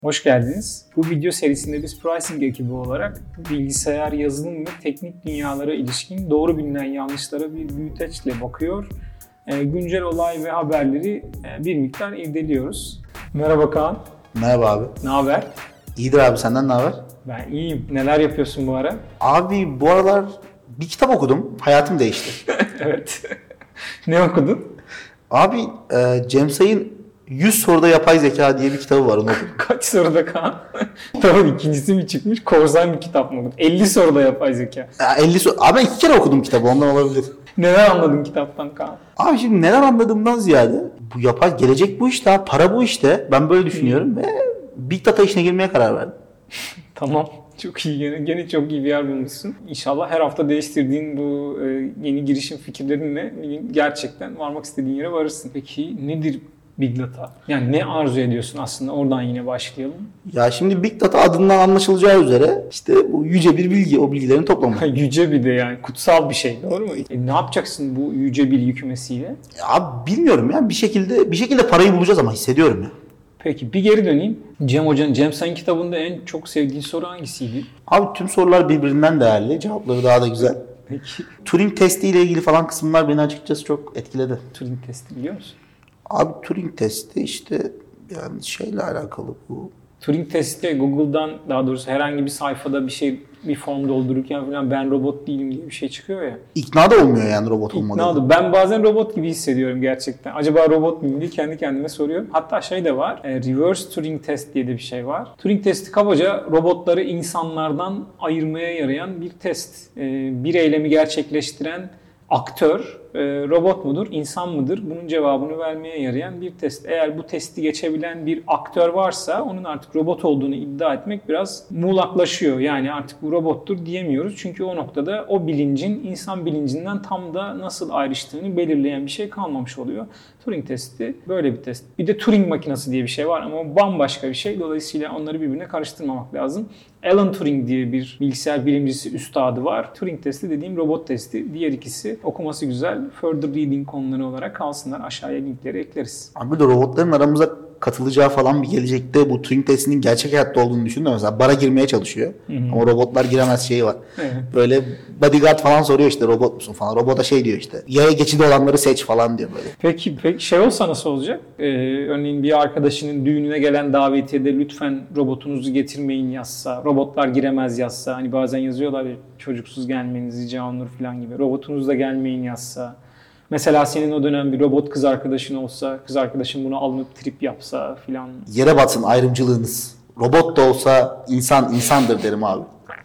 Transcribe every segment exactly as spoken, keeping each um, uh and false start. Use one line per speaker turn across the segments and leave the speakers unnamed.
Hoş geldiniz. Bu video serisinde biz Pricing ekibi olarak bilgisayar, yazılım ve teknik dünyalara ilişkin doğru bilinen yanlışlara bir büyüteçle bakıyor. Güncel olay ve haberleri bir miktar irdeliyoruz. Merhaba Kaan.
Merhaba abi.
Ne haber?
İyidir abi, senden ne haber?
Ben iyiyim. Neler yapıyorsun bu ara?
Abi bu aralar bir kitap okudum. Hayatım değişti.
Evet. Ne okudun?
Abi e, Cem Say'ın yüz soruda yapay zeka diye bir kitabı var, onu okudum.
Kaç soruda Kaan? Kitabın ikincisi mi çıkmış? Korsan bir kitap mı okudun? elli soruda yapay zeka.
Ya elli soru. Abi ben iki kere okudum kitabı, ondan olabilir.
Neler anladın kitaptan Kaan?
Abi şimdi neler anladığımdan ziyade bu yapay gelecek bu işte abi. Para bu işte. Ben böyle düşünüyorum ve Big Data işine girmeye karar verdim.
Tamam. Çok iyi. Gene, gene çok iyi bir yer bulmuşsun. İnşallah her hafta değiştirdiğin bu e, yeni girişim fikirlerinle gerçekten varmak istediğin yere varırsın. Peki nedir Big Data? Yani ne arzu ediyorsun aslında? Oradan yine başlayalım.
Ya şimdi Big Data adından anlaşılacağı üzere işte bu yüce bir bilgi, o bilgilerin toplamı.
Yüce bir de yani kutsal bir şey, doğru mu? E, ne yapacaksın bu yüce bilgi kümesiyle?
Ya abi bilmiyorum ya, bir şekilde bir şekilde parayı bulacağız ama hissediyorum ya.
Peki bir geri döneyim. Cem Hoca'nın, Cem Say'ın kitabında en çok sevdiğin soru hangisiydi?
Abi tüm sorular birbirinden değerli. Cevapları daha da güzel.
Peki.
Turing testi ile ilgili falan kısımlar beni açıkçası çok etkiledi.
Turing testi biliyor musun?
Abi Turing testi işte yani şeyle alakalı bu.
Turing testi Google'dan, daha doğrusu herhangi bir sayfada bir şey, bir form doldururken falan ben robot değilim diye bir şey çıkıyor ya.
İkna da olmuyor yani robot olmadığı.
İkna oldu. Ben bazen robot gibi hissediyorum gerçekten. Acaba robot muyum diye kendi kendime soruyorum. Hatta şey de var. Reverse Turing test diye de bir şey var. Turing testi kabaca robotları insanlardan ayırmaya yarayan bir test. Bir eylemi gerçekleştiren aktör robot mudur, insan mıdır? Bunun cevabını vermeye yarayan bir test. Eğer bu testi geçebilen bir aktör varsa onun artık robot olduğunu iddia etmek biraz muğlaklaşıyor. Yani artık bu robottur diyemiyoruz. Çünkü o noktada o bilincin insan bilincinden tam da nasıl ayrıştığını belirleyen bir şey kalmamış oluyor. Turing testi böyle bir test. Bir de Turing makinesi diye bir şey var ama o bambaşka bir şey. Dolayısıyla onları birbirine karıştırmamak lazım. Alan Turing diye bir bilgisayar bilimcisi üstadı var. Turing testi dediğim robot testi. Diğer ikisi okuması güzel. Further reading konuları olarak kalsınlar. Aşağıya linkleri ekleriz.
Abi de robotların aramıza katılacağı falan bir gelecekte bu Turing testinin gerçek hayatta olduğunu düşündüm. Mesela bara girmeye çalışıyor. Hı hı. Ama robotlar giremez şeyi var. Evet. Böyle bodyguard falan soruyor işte robot musun falan. Robota şey diyor işte. Yaya geçidi olanları seç falan diyor böyle.
Peki, peki şey olsa nasıl olacak? Ee, örneğin bir arkadaşının düğününe gelen davetiyede lütfen robotunuzu getirmeyin yazsa, robotlar giremez yazsa. Hani bazen yazıyorlar ya, çocuksuz gelmeniz rica olunur falan gibi. Robotunuz da gelmeyin yazsa. Mesela senin o dönem bir robot kız arkadaşın olsa, kız arkadaşın bunu alınıp trip yapsa filan.
Yere batsın ayrımcılığınız. Robot da olsa insan insandır derim abi.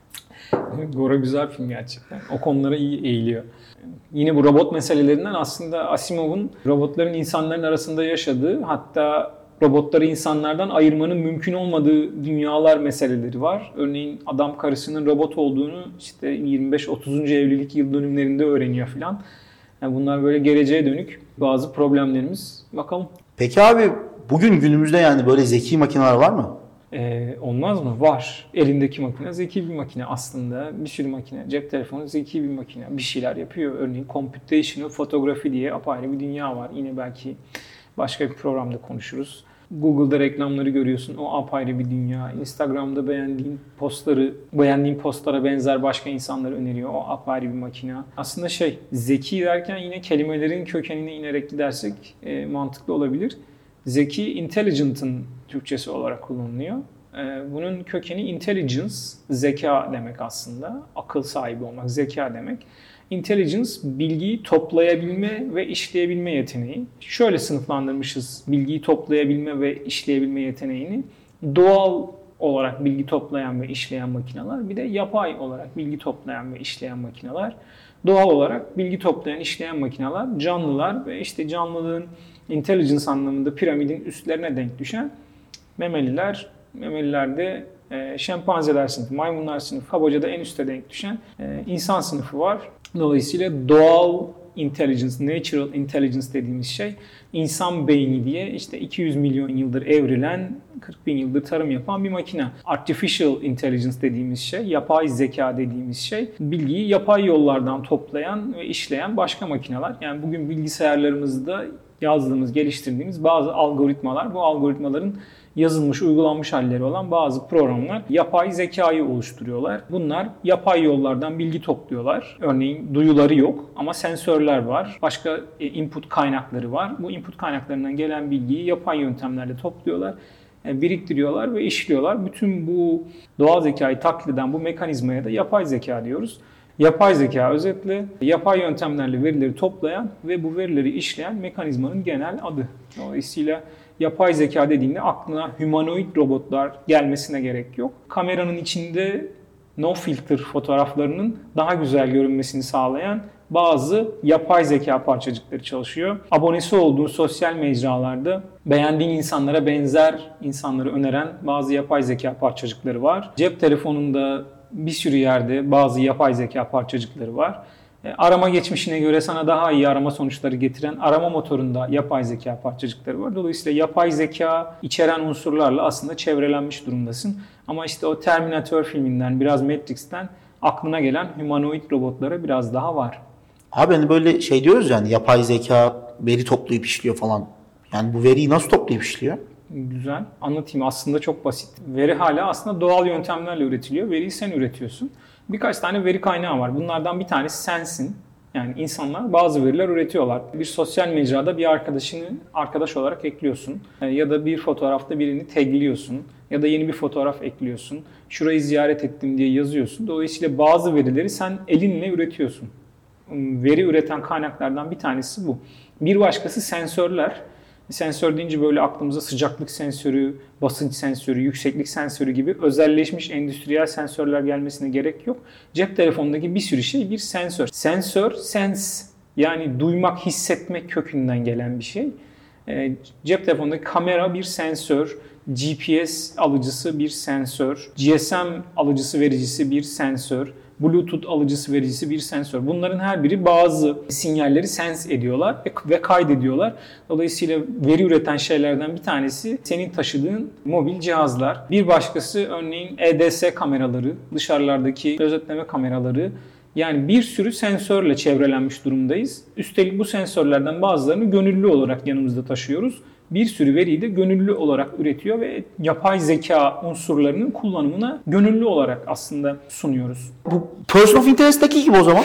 Gora güzel film gerçekten. O konulara iyi eğiliyor. Yine bu robot meselelerinden aslında Asimov'un robotların insanların arasında yaşadığı, hatta robotları insanlardan ayırmanın mümkün olmadığı dünyalar meseleleri var. Örneğin adam karısının robot olduğunu işte yirmi beş otuzuncu evlilik yıl dönümlerinde öğreniyor filan. Yani bunlar böyle geleceğe dönük bazı problemlerimiz. Bakalım.
Peki abi bugün günümüzde yani böyle zeki makineler var mı?
Ee, olmaz mı? Var. Elindeki makine zeki bir makine aslında. Bir sürü makine. Cep telefonu zeki bir makine. Bir şeyler yapıyor. Örneğin computational photography diye apayrı bir dünya var. Yine belki başka bir programda konuşuruz. Google'da reklamları görüyorsun. O apayrı bir dünya. Instagram'da beğendiğin postları, beğendiğin postlara benzer başka insanlar öneriyor. O apayrı bir makine. Aslında şey, zeki derken yine kelimelerin kökenine inerek gidersek e, mantıklı olabilir. Zeki, intelligent'ın Türkçesi olarak kullanılıyor. E, bunun kökeni intelligence, zeka demek aslında. Akıl sahibi olmak, zeka demek. Intelligence, bilgiyi toplayabilme ve işleyebilme yeteneği. Şöyle sınıflandırmışız bilgiyi toplayabilme ve işleyebilme yeteneğini. Doğal olarak bilgi toplayan ve işleyen makineler, bir de yapay olarak bilgi toplayan ve işleyen makineler. Doğal olarak bilgi toplayan, işleyen makineler canlılar ve işte canlılığın intelligence anlamında piramidin üstlerine denk düşen memeliler. Memelilerde e, şempanzeler sınıfı, maymunlar sınıfı, kabacada en üste denk düşen e, insan sınıfı var. Dolayısıyla doğal intelligence, natural intelligence dediğimiz şey insan beyni diye işte iki yüz milyon yıldır evrilen, kırk bin yıldır tarım yapan bir makine. Artificial intelligence dediğimiz şey, yapay zeka dediğimiz şey, bilgiyi yapay yollardan toplayan ve işleyen başka makineler. Yani bugün bilgisayarlarımızda yazdığımız, geliştirdiğimiz bazı algoritmalar, bu algoritmaların yazılmış, uygulanmış halleri olan bazı programlar yapay zekayı oluşturuyorlar. Bunlar yapay yollardan bilgi topluyorlar. Örneğin duyuları yok ama sensörler var. Başka input kaynakları var. Bu input kaynaklarından gelen bilgiyi yapay yöntemlerle topluyorlar, biriktiriyorlar ve işliyorlar. Bütün bu doğal zekayı taklit eden bu mekanizmaya da yapay zeka diyoruz. Yapay zeka özetle yapay yöntemlerle verileri toplayan ve bu verileri işleyen mekanizmanın genel adı. Dolayısıyla yapay zeka dediğinde aklına humanoid robotlar gelmesine gerek yok. Kameranın içinde no filter fotoğraflarının daha güzel görünmesini sağlayan bazı yapay zeka parçacıkları çalışıyor. Abonesi olduğun sosyal mecralarda beğendiğin insanlara benzer insanları öneren bazı yapay zeka parçacıkları var. Cep telefonunda bir sürü yerde bazı yapay zeka parçacıkları var. Arama geçmişine göre sana daha iyi arama sonuçları getiren arama motorunda yapay zeka parçacıkları var. Dolayısıyla yapay zeka içeren unsurlarla aslında çevrelenmiş durumdasın. Ama işte o Terminator filminden, biraz Matrix'ten aklına gelen humanoid robotlara biraz daha var.
Abi hani böyle şey diyoruz yani yapay zeka veri toplayıp işliyor falan. Yani bu veriyi nasıl toplayıp işliyor?
Güzel. Anlatayım. Aslında çok basit. Veri hala aslında doğal yöntemlerle üretiliyor. Veriyi sen üretiyorsun. Birkaç tane veri kaynağı var. Bunlardan bir tanesi sensin. Yani insanlar bazı veriler üretiyorlar. Bir sosyal mecrada bir arkadaşını arkadaş olarak ekliyorsun. Ya da bir fotoğrafta birini tagliyorsun. Ya da yeni bir fotoğraf ekliyorsun. Şurayı ziyaret ettim diye yazıyorsun. Dolayısıyla bazı verileri sen elinle üretiyorsun. Veri üreten kaynaklardan bir tanesi bu. Bir başkası sensörler. Sensör deyince böyle aklımıza sıcaklık sensörü, basınç sensörü, yükseklik sensörü gibi özelleşmiş endüstriyel sensörler gelmesine gerek yok. Cep telefonundaki bir sürü şey bir sensör. Sensör, sense yani duymak, hissetmek kökünden gelen bir şey. E, cep telefonundaki kamera bir sensör, G P S alıcısı bir sensör, G S M alıcısı vericisi bir sensör, Bluetooth alıcısı vericisi bir sensör. Bunların her biri bazı sinyalleri sense ediyorlar ve kaydediyorlar. Dolayısıyla veri üreten şeylerden bir tanesi senin taşıdığın mobil cihazlar. Bir başkası örneğin E D S kameraları, dışarılardaki gözetleme kameraları. Yani bir sürü sensörle çevrelenmiş durumdayız. Üstelik bu sensörlerden bazılarını gönüllü olarak yanımızda taşıyoruz. Bir sürü veriyi de gönüllü olarak üretiyor ve yapay zeka unsurlarının kullanımına gönüllü olarak aslında sunuyoruz.
Bu Person of Interest'teki gibi o zaman.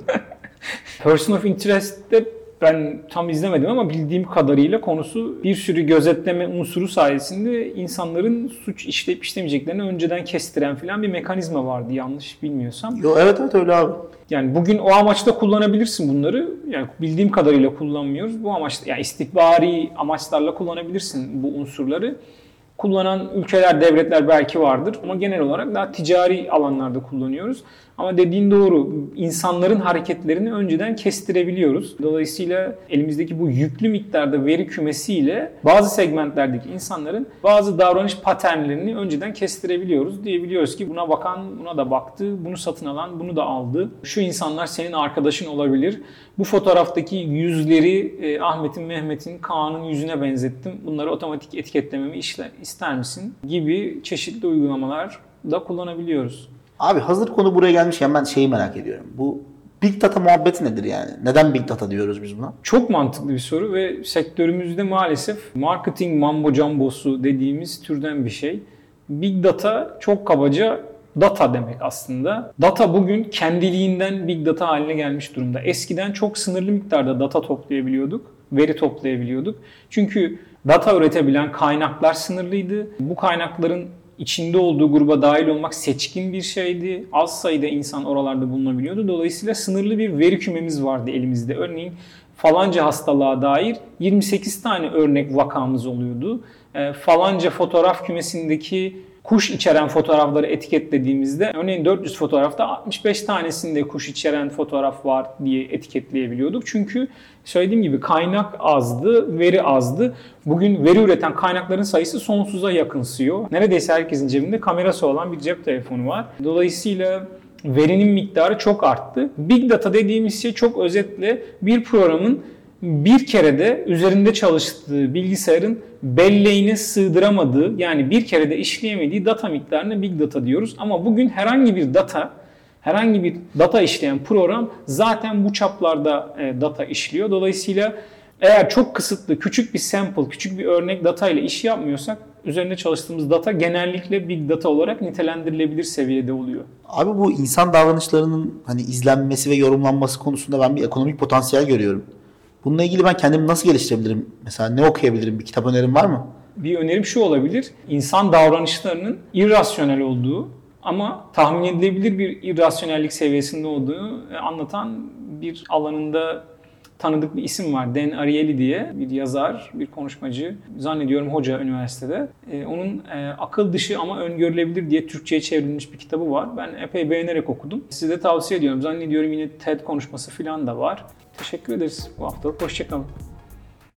Person of Interest'te ben tam izlemedim ama bildiğim kadarıyla konusu bir sürü gözetleme unsuru sayesinde insanların suç işleyip işlemeyeceklerini önceden kestiren filan bir mekanizma vardı yanlış bilmiyorsam.
Yo, evet evet öyle abi.
Yani bugün o amaçla kullanabilirsin bunları. Yani bildiğim kadarıyla kullanmıyoruz. Bu amaçla yani istihbari amaçlarla kullanabilirsin bu unsurları. Kullanan ülkeler, devletler belki vardır ama genel olarak daha ticari alanlarda kullanıyoruz. Ama dediğin doğru, insanların hareketlerini önceden kestirebiliyoruz. Dolayısıyla elimizdeki bu yüklü miktarda veri kümesiyle bazı segmentlerdeki insanların bazı davranış paternlerini önceden kestirebiliyoruz. Diyebiliyoruz ki buna bakan buna da baktı, bunu satın alan bunu da aldı. Şu insanlar senin arkadaşın olabilir. Bu fotoğraftaki yüzleri e, Ahmet'in, Mehmet'in, Kaan'ın yüzüne benzettim. Bunları otomatik etiketlememi işle, ister misin? Gibi çeşitli uygulamalar da kullanabiliyoruz.
Abi hazır konu buraya gelmişken ben şeyi merak ediyorum. Bu Big Data muhabbeti nedir yani? Neden Big Data diyoruz biz buna?
Çok mantıklı bir soru ve sektörümüzde maalesef marketing mambo jumbosu dediğimiz türden bir şey. Big Data çok kabaca data demek aslında. Data bugün kendiliğinden Big Data haline gelmiş durumda. Eskiden çok sınırlı miktarda data toplayabiliyorduk, veri toplayabiliyorduk. Çünkü data üretebilen kaynaklar sınırlıydı. Bu kaynakların içinde olduğu gruba dahil olmak seçkin bir şeydi. Az sayıda insan oralarda bulunabiliyordu. Dolayısıyla sınırlı bir veri kümemiz vardı elimizde. Örneğin falanca hastalığa dair yirmi sekiz tane örnek vakamız oluyordu. E, falanca fotoğraf kümesindeki kuş içeren fotoğrafları etiketlediğimizde örneğin dört yüz fotoğrafta altmış beş tanesinde kuş içeren fotoğraf var diye etiketleyebiliyorduk. Çünkü söylediğim gibi kaynak azdı, veri azdı. Bugün veri üreten kaynakların sayısı sonsuza yakınsıyor. Neredeyse herkesin cebinde kamerası olan bir cep telefonu var. Dolayısıyla verinin miktarı çok arttı. Big Data dediğimiz şey çok özetle bir programın bir kerede üzerinde çalıştığı bilgisayarın belleğine sığdıramadığı yani bir kerede işleyemediği data miktarına Big Data diyoruz. Ama bugün herhangi bir data, herhangi bir data işleyen program zaten bu çaplarda data işliyor. Dolayısıyla Eğer çok kısıtlı, küçük bir sample, küçük bir örnek data ile iş yapmıyorsak üzerinde çalıştığımız data genellikle big data olarak nitelendirilebilir seviyede oluyor.
Abi bu insan davranışlarının hani izlenmesi ve yorumlanması konusunda ben bir ekonomik potansiyel görüyorum. Bununla ilgili ben kendimi nasıl geliştirebilirim? Mesela ne okuyabilirim? Bir kitap önerin var mı?
Bir önerim şu olabilir. İnsan davranışlarının irrasyonel olduğu ama tahmin edilebilir bir irrasyonellik seviyesinde olduğu anlatan bir alanında tanıdık bir isim var. Dan Ariely diye bir yazar, bir konuşmacı. Zannediyorum hoca üniversitede. Ee, onun e, akıl dışı ama öngörülebilir diye Türkçe'ye çevrilmiş bir kitabı var. Ben epey beğenerek okudum. Size de tavsiye ediyorum. Zannediyorum yine TED konuşması falan da var. Teşekkür ederiz bu haftalık. Hoşçakalın.